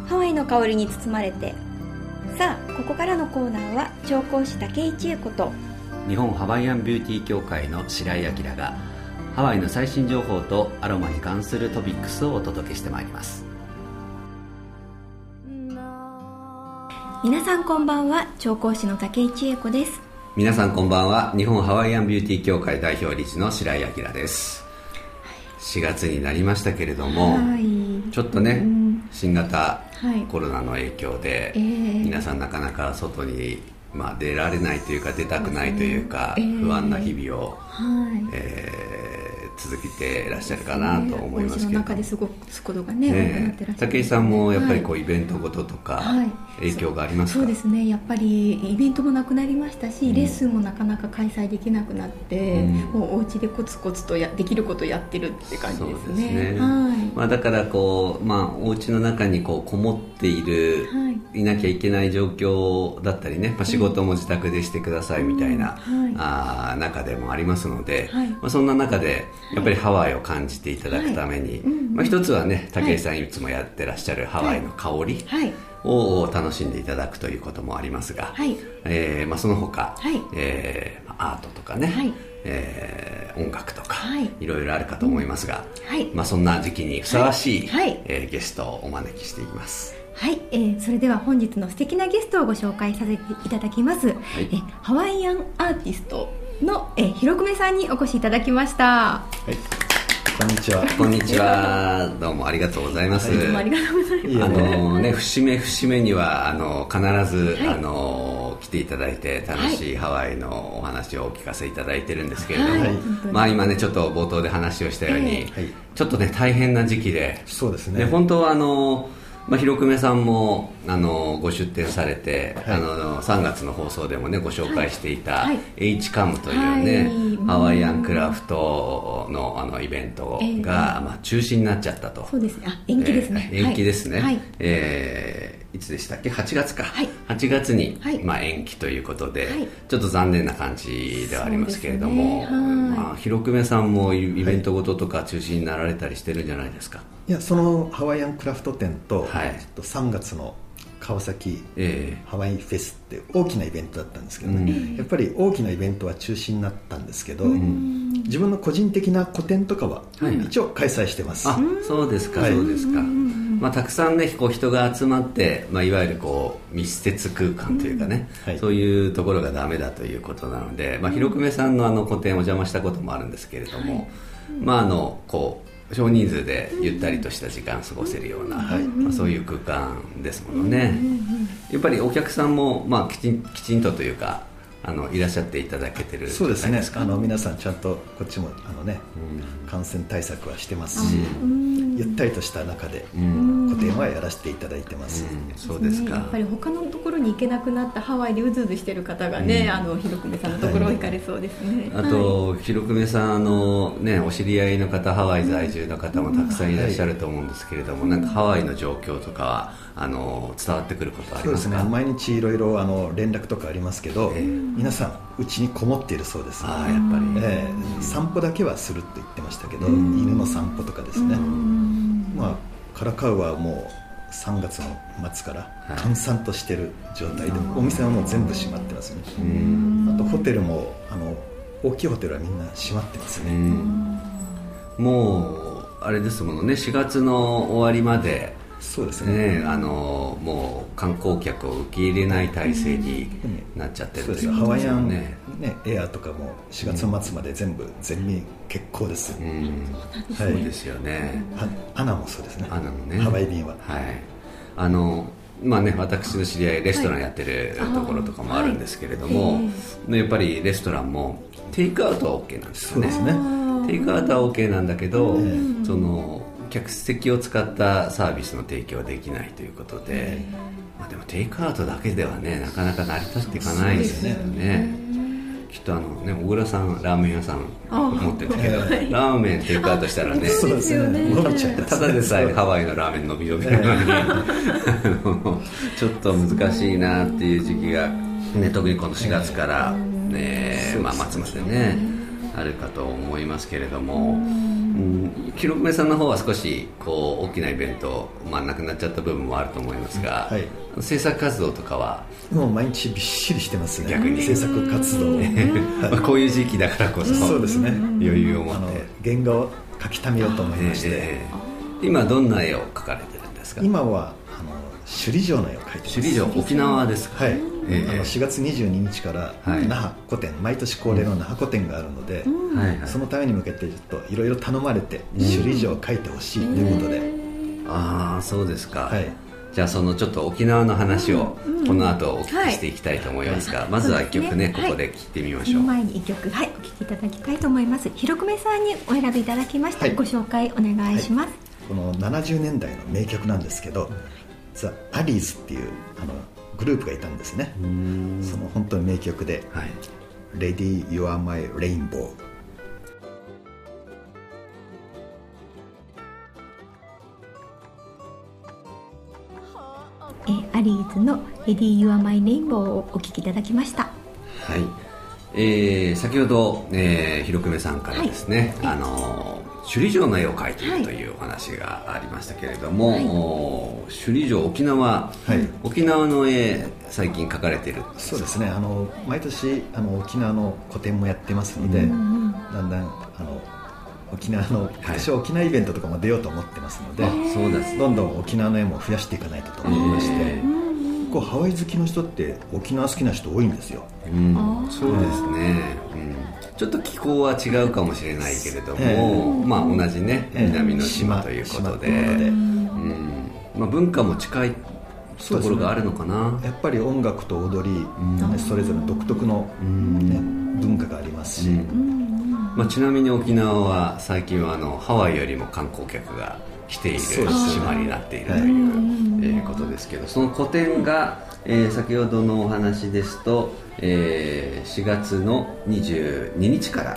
ハワイの香りに包まれて。さあ、ここからのコーナーは調香師竹井千恵子と日本ハワイアンビューティー協会の白井明がハワイの最新情報とアロマに関するトピックスをお届けしてまいります。 皆さんこんばんは、調香師の竹井千恵子です。 皆さんこんばんは、日本ハワイアンビューティー協会代表理事の白井明です。4月になりましたけれども、ちょっとね、新型コロナの影響で、皆さんなかなか外に、出られないというか出たくないというか、不安な日々を、続けていらっしゃるかなと思いますけど、お家の中で過ごすことがね、多くなってらっしゃる。 武井さんもやっぱりイベントごととか影響がありますか？ そうですね、やっぱりイベントもなくなりましたし、レッスンもなかなか開催できなくなって、もうお家でコツコツとできることをやってるって感じですね。 そうですね、だからお家の中にこもっていなきゃいけない状況だったりね、仕事も自宅でしてくださいみたいな、中でもありますので、そんな中でやっぱりハワイを感じていただくために、一つはね、武井さんいつもやってらっしゃるハワイの香りを楽しんでいただくということもありますが、その他、アートとかね、音楽とか、いろいろあるかと思いますが、そんな時期にふさわしい、ゲストをお招きしています。 それでは本日の素敵なゲストをご紹介させていただきます。ハワイアンアーティストのひろくめさんにお越しいただきました。 こんにちは。 こんにちは。どうもありがとうございます。 どうもありがとうございます。 節目には必ず、来ていただいて楽しいハワイのお話をお聞かせいただいてるんですけれども、今ねちょっと冒頭で話をしたように、ちょっとね大変な時期で、 そうですね。 本当はひろくめさんもご出展されて、3月の放送でもねご紹介していた、HCAM というね、ハワイアンクラフトのイベントが、中止になっちゃったと。 そうですね、延期ですね。 延期ですね。いつでしたっけ？ 8 月か、8月に、延期ということで、ちょっと残念な感じではありますけれども、ひろくめさんもイベントごととか中止になられたりしてるんじゃないですか？ いや、そのハワイアンクラフト展と、3月の川崎ハワイフェスって大きなイベントだったんですけどね、やっぱり大きなイベントは中止になったんですけど、自分の個人的な個展とかは一応開催してます。 そうですか、そうですか。たくさんね人が集まって、いわゆる密接空間というかね、そういうところがダメだということなので、ひろくめさんの個展をお邪魔したこともあるんですけれども、少人数でゆったりとした時間過ごせるような、そういう空間ですものね。やっぱりお客さんも、きちんとというかいらっしゃっていただけてる。 そうですね、皆さんちゃんとこっちも感染対策はしてますし、ゆったりとした中で個展はやらせていただいてます。 そうですか。 やっぱり他のところに行けなくなったハワイでうずうずしてる方がね、ひろくめさんのところ行かれそうですね。 あとひろくめさんお知り合いの方、ハワイ在住の方もたくさんいらっしゃると思うんですけれども、なんかハワイの状況とかは伝わってくることはありますか？ そうですね、毎日いろいろ連絡とかありますけど、皆さんうちにこもっているそうですね。 やっぱり、 散歩だけはするって言ってましたけど、犬の散歩とかですね。カラカウはもう3月の末から閑散としてる状態で、お店はもう全部閉まってますね。あとホテルも大きいホテルはみんな閉まってますね。 もうあれですものね、4月の終わりまでそうですね、 もう観光客を受け入れない体制になっちゃってるということですよね。 ハワイアン、エアとかも4月の末まで全部全面欠航です。 そうですよね。 アナもそうですね。 アナもね、 ハワイ便は。 私の知り合いレストランやってるところとかもあるんですけれども、やっぱりレストランもテイクアウトは OK なんですよね。 そうですね。 テイクアウトは OK なんだけど、客席を使ったサービスの提供はできないということで、でもテイクアウトだけではね、なかなか成り立っていかないですよね。きっと小倉さんラーメン屋さん持ってたけど、ラーメンテイクアウトしたらね、 そうですよね、伸びちゃっただでさえハワイのラーメン伸び伸びなのにちょっと難しいなっていう時期が、特にこの4月から、末までねあるかと思いますけれども、 広久さんの方は少しこう大きなイベント、なくなっちゃった部分もあると思いますが、はい、制作活動とかはもう毎日びっしりしてますね。 逆に制作活動こういう時期だからこそそうですね、 余裕を持って原画を描きためようと思いまして、 今どんな絵を描かれてるんですか？ 今は首里城の絵を描いてます。 首里城、沖縄ですか？ はい、4月22日から那覇古典、毎年恒例の那覇古典があるので、そのために向けてちょっといろいろ頼まれて首里城を描いてほしいということで、 ああそうですか、 はい、 じゃあそのちょっと沖縄の話をこの後お聞きしていきたいと思いますが、まずは1曲ね、ここで聴いてみましょう。 その前に1曲、はい、お聴きいただきたいと思います。広久米さんにお選びいただきました、ご紹介お願いします。 この70年代の名曲なんですけど、ザ・アリーズっていうグループがいたんですね。その本当に名曲で、Lady You Are My Rainbow。 アリーズの Lady You Are My Rainbow をお聴きいただきました。 はい、先ほど、広久米さんからですね、首里城の絵を描いているというお話がありましたけれども、首里城沖縄、沖縄の絵最近描かれている。 そうですね、毎年沖縄の個展もやってますので、だんだん沖縄の今年は沖縄イベントとかも出ようと思ってますので、 そうです、 どんどん沖縄の絵も増やしていかないとと思いまして、ハワイ好きの人って沖縄好きな人多いんですよ。 そうですね、ちょっと気候は違うかもしれないけれども、同じね、南の島ということで、文化も近いところがあるのかな。 やっぱり音楽と踊り、それぞれ独特の、文化がありますし、 ちなみに沖縄は最近はハワイよりも観光客が来ている島になっているということですけど、その個展が、先ほどのお話ですと、4月の22日から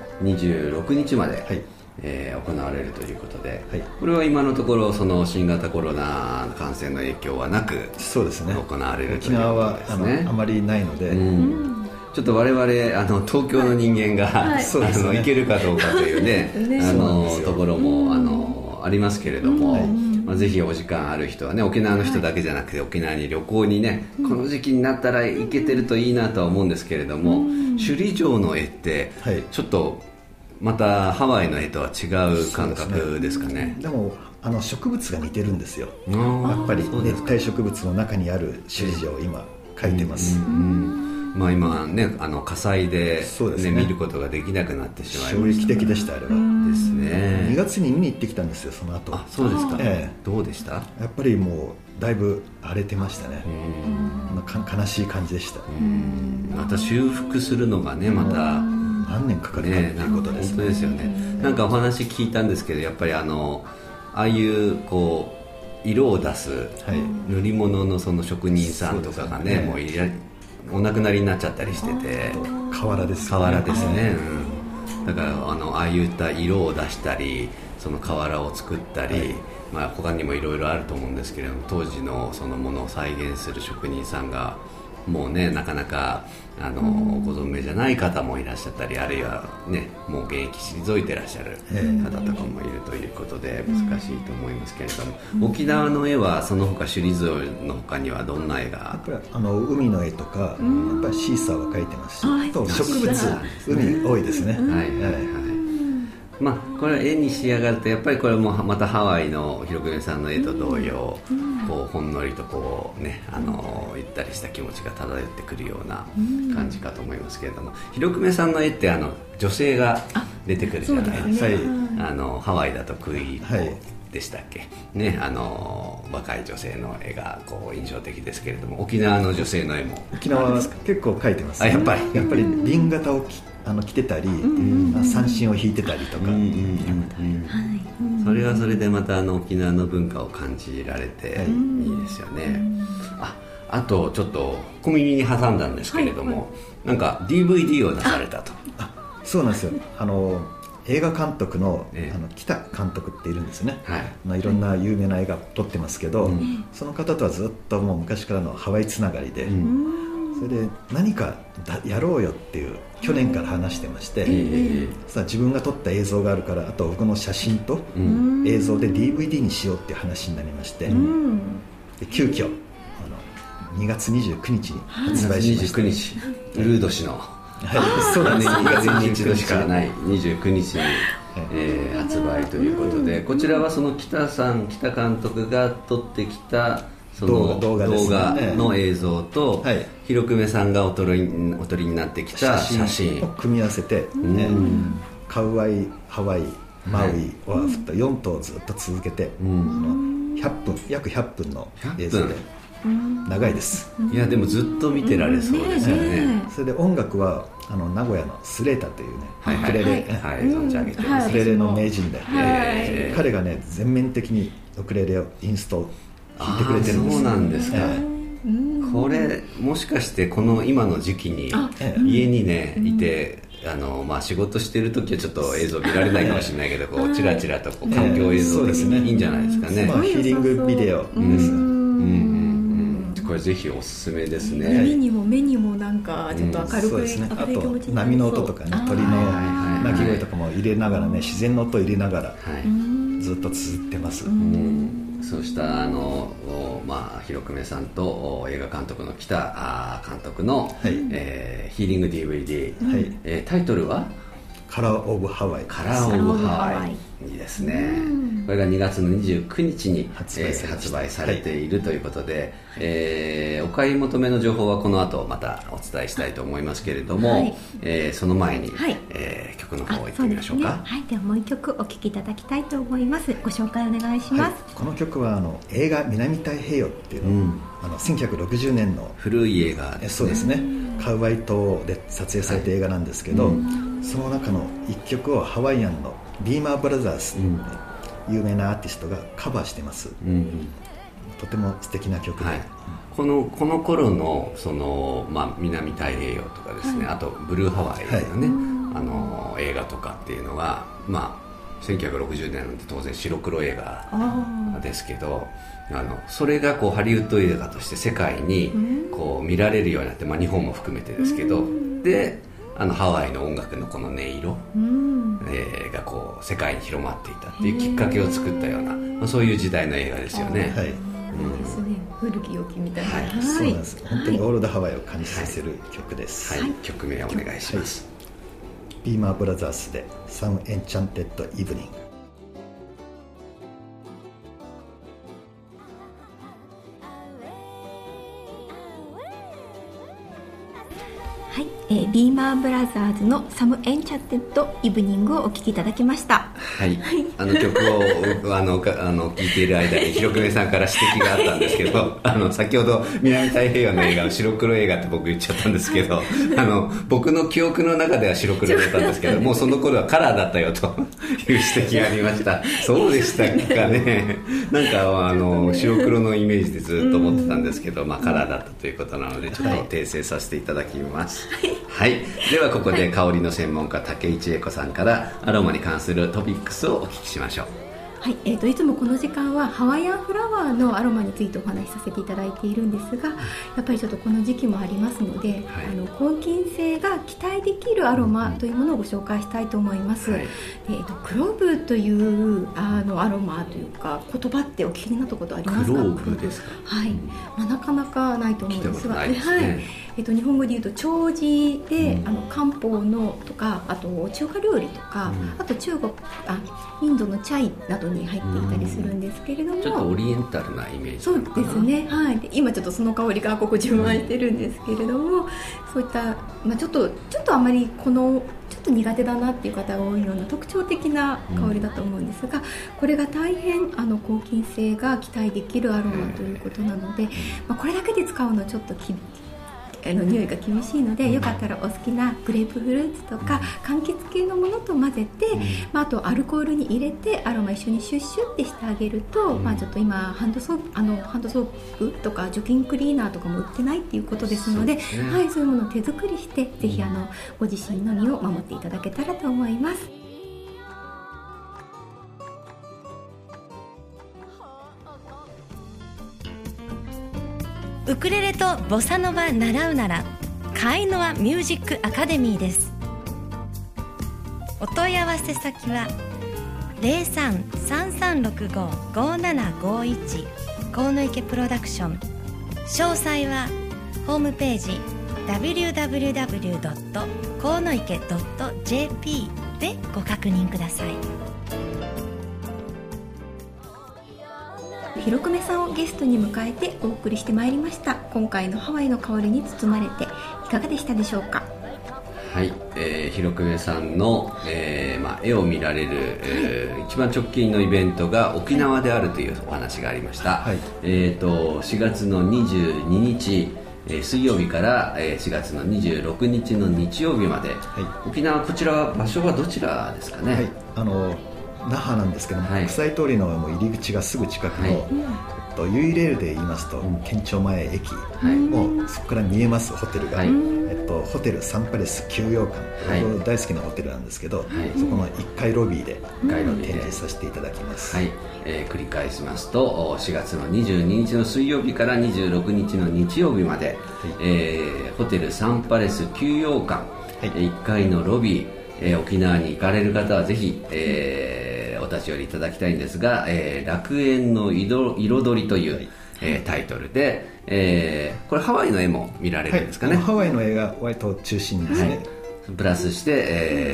26日まで、行われるということで、これは今のところその新型コロナ感染の影響はなくそうですね、 行われるということですね。 沖縄はあまりないので、 ちょっと我々東京の人間が、行けるかどうかというねところもありますけれども、ぜひお時間ある人はね、沖縄の人だけじゃなくて沖縄に旅行にね、この時期になったら行けてるといいなとは思うんですけれども、首里城の絵ってちょっとまたハワイの絵とは違う感覚ですかね。 でも植物が似てるんですよ。やっぱり熱帯植物の中にある首里城を今描いてます。 今ね火災で、見ることができなくなってしまいました。 衝撃的でした。あれはですね。 2月に見に行ってきたんですよ、その後。 そうですか。どうでした？ やっぱりもうだいぶ荒れてましたね。悲しい感じでした。 また修復するのがね、また何年かかるかということですね。 本当ですよね。なんかお話聞いたんですけど、やっぱりああいうこう色を出す塗り物のその職人さんとかがね、もうお亡くなりになっちゃったりしてて、 瓦ですね。 瓦ですね。だからああいった色を出したり、その瓦を作ったり、他にもいろいろあると思うんですけれども、当時のそのものを再現する職人さんがもうね、なかなかご存命じゃない方もいらっしゃったり、あるいはね、もう現役退いてらっしゃる方とかもいるということで難しいと思いますけれども、沖縄の絵はその他首里城の他にはどんな絵が？ やっぱり海の絵とか、やっぱりシーサーは描いてますし、あと植物、海多いですね。 これは絵に仕上がると、やっぱりこれもまたハワイの広久米さんの絵と同様、こうほんのりとこうね、ゆったりした気持ちが漂ってくるような感じかと思いますけれども、広久米さんの絵って女性が出てくるじゃないですか。ハワイだとクイーンでしたっけね、若い女性の絵がこう印象的ですけれども、沖縄の女性の絵も。 沖縄は結構描いてます。 やっぱり瓶型を着てたり、三線を弾いてたりとか、 それはそれでまた沖縄の文化を感じられていいですよね。あとちょっと小耳に挟んだんですけれども、なんか DVD を出されたと。 そうなんですよ。映画監督の北監督っているんですね。いろんな有名な映画撮ってますけど、その方とはずっともう昔からのハワイつながりで、 それで何かやろうよっていう去年から話してまして、さあ自分が撮った映像があるから、あと僕の写真と映像で DVD にしようっていう話になりまして、で急遽2月29日に発売しました。 29日ルード氏の、 そうなんです。 2月1日しかない29日に、発売ということで、こちらはその北監督が撮ってきたその動画の映像と、広久米さんがお撮りになってきた写真を組み合わせて、カウアイ、ハワイ、マウイ、オアフと4頭ずっと続けて、約100分の映像で長いです。 いやでもずっと見てられそうですよね。 それで音楽は名古屋のスレータというね、ウクレレ、 存じ上げてます。 ウクレレの名人で、彼がね全面的にウクレレをインスト弾いてくれてるんです。 そうなんですか。これもしかしてこの今の時期に家にねいて、仕事してる時はちょっと映像見られないかもしれないけど、こうチラチラとこう環境映像的にいいんじゃないですかね。 ヒーリングビデオです。 これぜひおすすめですね。 耳にも目にもなんかちょっと明るく、 あと波の音とかね、鳥の鳴き声とかも入れながらね、自然の音を入れながらずっと綴ってます。 そうした広久米さんと映画監督の北監督の、ヒーリング DVD、タイトルはカラーオブハワイ。 カラーオブハワイいいですね。これが2月の29日に発売されているということで、お買い求めの情報はこの後またお伝えしたいと思いますけれども、その前に、曲の方をいってみましょうか。 ではもう一曲お聴きいただきたいと思います。ご紹介お願いします。 この曲は映画南太平洋っていうのを、1960年の古い映画ですね。 そうですね。カウアイ島で撮影された映画なんですけど、その中の一曲をハワイアンのビーマーブラザーズ、有名なアーティストがカバーしてます。とても素敵な曲で、 この頃の南太平洋とかですね、あとブルーハワイのね、映画とかっていうのが1960年なんて当然白黒映画ですけど、それがこうハリウッド映画として世界にこう見られるようになって、日本も含めてですけど、でハワイの音楽のこの音色、がこう世界に広まっていたっていうきっかけを作ったような、そういう時代の映画ですよね。 ですね、古き良きみたいな。 そうなんです。本当にオールドハワイを感じさせる曲です。 曲名お願いします。 ビーマーブラザーズでSome Enchanted Evening。 ビーマーブラザーズのサム・エンチャンテッド・イブニングをお聴きいただきました。 曲を聴いている間に広久米さんから指摘があったんですけど先ほど南太平洋の映画を白黒映画って僕言っちゃったんですけど僕の記憶の中では白黒だったんですけど、もうその頃はカラーだったよという指摘がありました。そうでしたかね。なんか白黒のイメージでずっと思ってたんですけど、カラーだったということなのでちょっと訂正させていただきます。ではここで香りの専門家竹市恵子さんからアロマに関するトピックスをお聞きしましょう。 いつもこの時間はハワイアンフラワーのアロマについてお話しさせていただいているんですが、やっぱりちょっとこの時期もありますので、抗菌性が期待できるアロマというものをご紹介したいと思います。クローブというアロマというか言葉ってお聞きになったことありますか？ クローブですか？ なかなかないと思うんですが、日本語で言うと長寿で、漢方のとか、あと中華料理とか、あとインドのチャイなどに入っていたりするんですけれども、 ちょっとオリエンタルなイメージそうですね。で今ちょっとその香りがここ充満してるんですけれども、そういった、ちょっとあまりちょっと苦手だなっていう方が多いような特徴的な香りだと思うんですが、これが大変抗菌性が期待できるアロマということなので、これだけで使うのはちょっと匂いが厳しいので、よかったらお好きなグレープフルーツとか柑橘系のものと混ぜて、あとアルコールに入れてアロマ一緒にシュッシュッってしてあげると、ちょっと今ハンドソープとか除菌クリーナーとかも売ってないっていうことですので、そういうものを手作りして、ぜひご自身の身を守っていただけたらと思います。 ウクレレとボサノバ習うならカイノアミュージックアカデミーです。お問い合わせ先は 03-3365-5751 鴻池プロダクション。詳細はホームページ www. 鴻池 .jp でご確認ください。 広久米さんをゲストに迎えてお送りしてまいりました。今回のハワイの香りに包まれていかがでしたでしょうか。 はい、広久米さんの、絵を見られる、一番直近のイベントが沖縄であるというお話がありました、はい。4月の22日、水曜日から、4月の26日の日曜日まで、はい、沖縄、こちらは場所はどちらですかね。 はい、那覇なんですけども、国際通りのもう入り口がすぐ近くの、ユイレールで言いますと、県庁前駅、もうそこから見えますホテルが、ホテルサンパレス休養館、大好きなホテルなんですけど、そこの1階ロビーで展示させていただきます。 繰り返しますと、4月の22日の水曜日から26日の日曜日まで、ホテルサンパレス休養館、1階のロビー、沖縄に行かれる方はぜひ、お立ち寄りいただきたいんですが、楽園の彩りという、タイトルで、これハワイの絵も見られるんですかね。 ハワイの絵が割と中心ですね。 プラスして、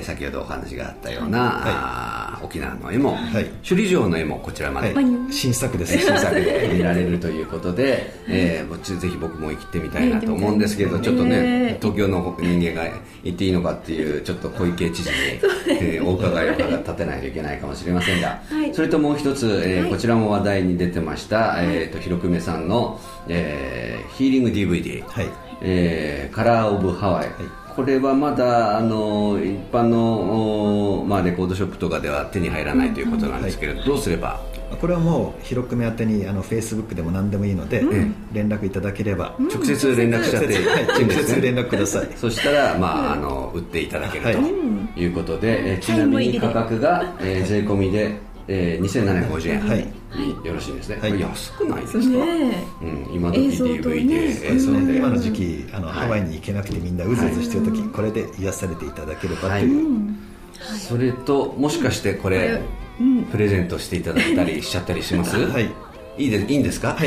先ほどお話があったような、沖縄の絵も、首里城の絵もこちらまで、 新作です。 新作で見られるということで、ぜひ僕も行ってみたいなと思うんですけど、ちょっとね、東京の人間が行っていいのかっていうちょっと小池知事に、お伺いを立てないといけないかもしれませんが、それともう一つ、こちらも話題に出てました、広久米さんの、ヒーリング DVD、カラーオブハワイ、これはまだ一般の、レコードショップとかでは手に入らないということなんですけれど、どうすれば。 これはもう広久米宛てにFacebook でも何でもいいので、連絡いただければ、 直接連絡しちゃって、 直接連絡ください。 そしたら、売っていただけるということで、ちなみに価格が、税込みで2750円、よろしいですね。安くないですか。今時 DVD 今の時期ハワイに行けなくてみんなうずうずしてる時、これで癒されていただければという、 それともしかしてこれ、プレゼントしていただいたりしちゃったりします？いいんですか。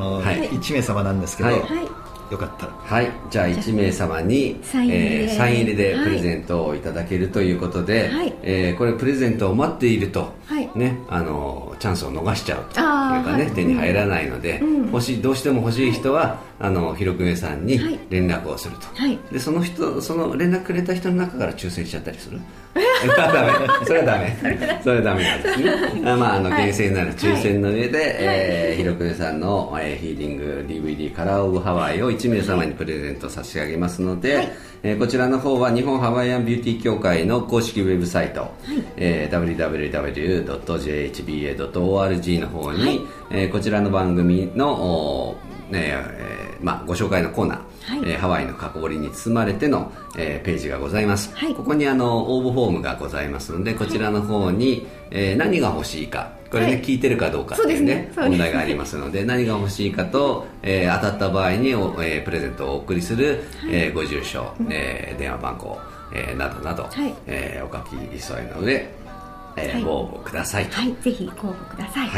1名様なんですけど、よかったら、 じゃあ1名様にサイン入りでプレゼントをいただけるということで、これプレゼントを待っていると、ね、チャンスを逃しちゃうというかね、手に入らないので、どうしても欲しい人は広久米さんに連絡をすると、でその連絡くれた人の中から抽選しちゃったりする。それはダメなんですね。厳正なる抽選の上で、広久米さんの、ヒーリング DVD カラーオブハワイを1名様にプレゼント差し上げますので、こちらの方は日本ハワイアンビューティー協会の公式ウェブサイト、www.jhba.org の方に、こちらの番組のご紹介のコーナー、ハワイの囲りに包まれての、ページがございます、ここに応募フォームがございますので、こちらの方に、何が欲しいか、これね、聞いてるかどうかっていうね、問題がありますので、何が欲しいかと、当たった場合にプレゼントをお送りする、ご住所、電話番号、などなど、お書き添えの上、ご応募くださいと。 ぜひご応募ください。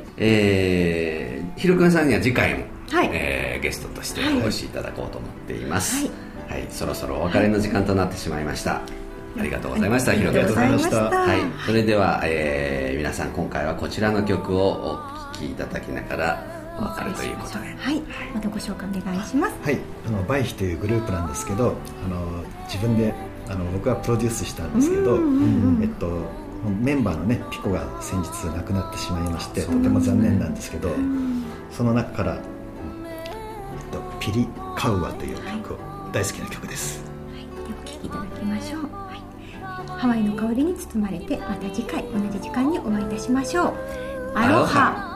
広久米さんには次回も、ゲストとしてお越しいただこうと思っています。そろそろお別れの時間となってしまいました。ありがとうございました。広久米さん。それでは、皆さん今回はこちらの曲をお聴きいただきながらお別れということで、 またご紹介お願いします。 バイヒというグループなんですけど、自分で僕はプロデュースしたんですけど、メンバーのねピコが先日亡くなってしまいまして、とても残念なんですけど、その中からピリカウアという曲を、大好きな曲です。 お聴きいただきましょう。ハワイの香りに包まれて、また次回同じ時間にお会いいたしましょう。アロハ。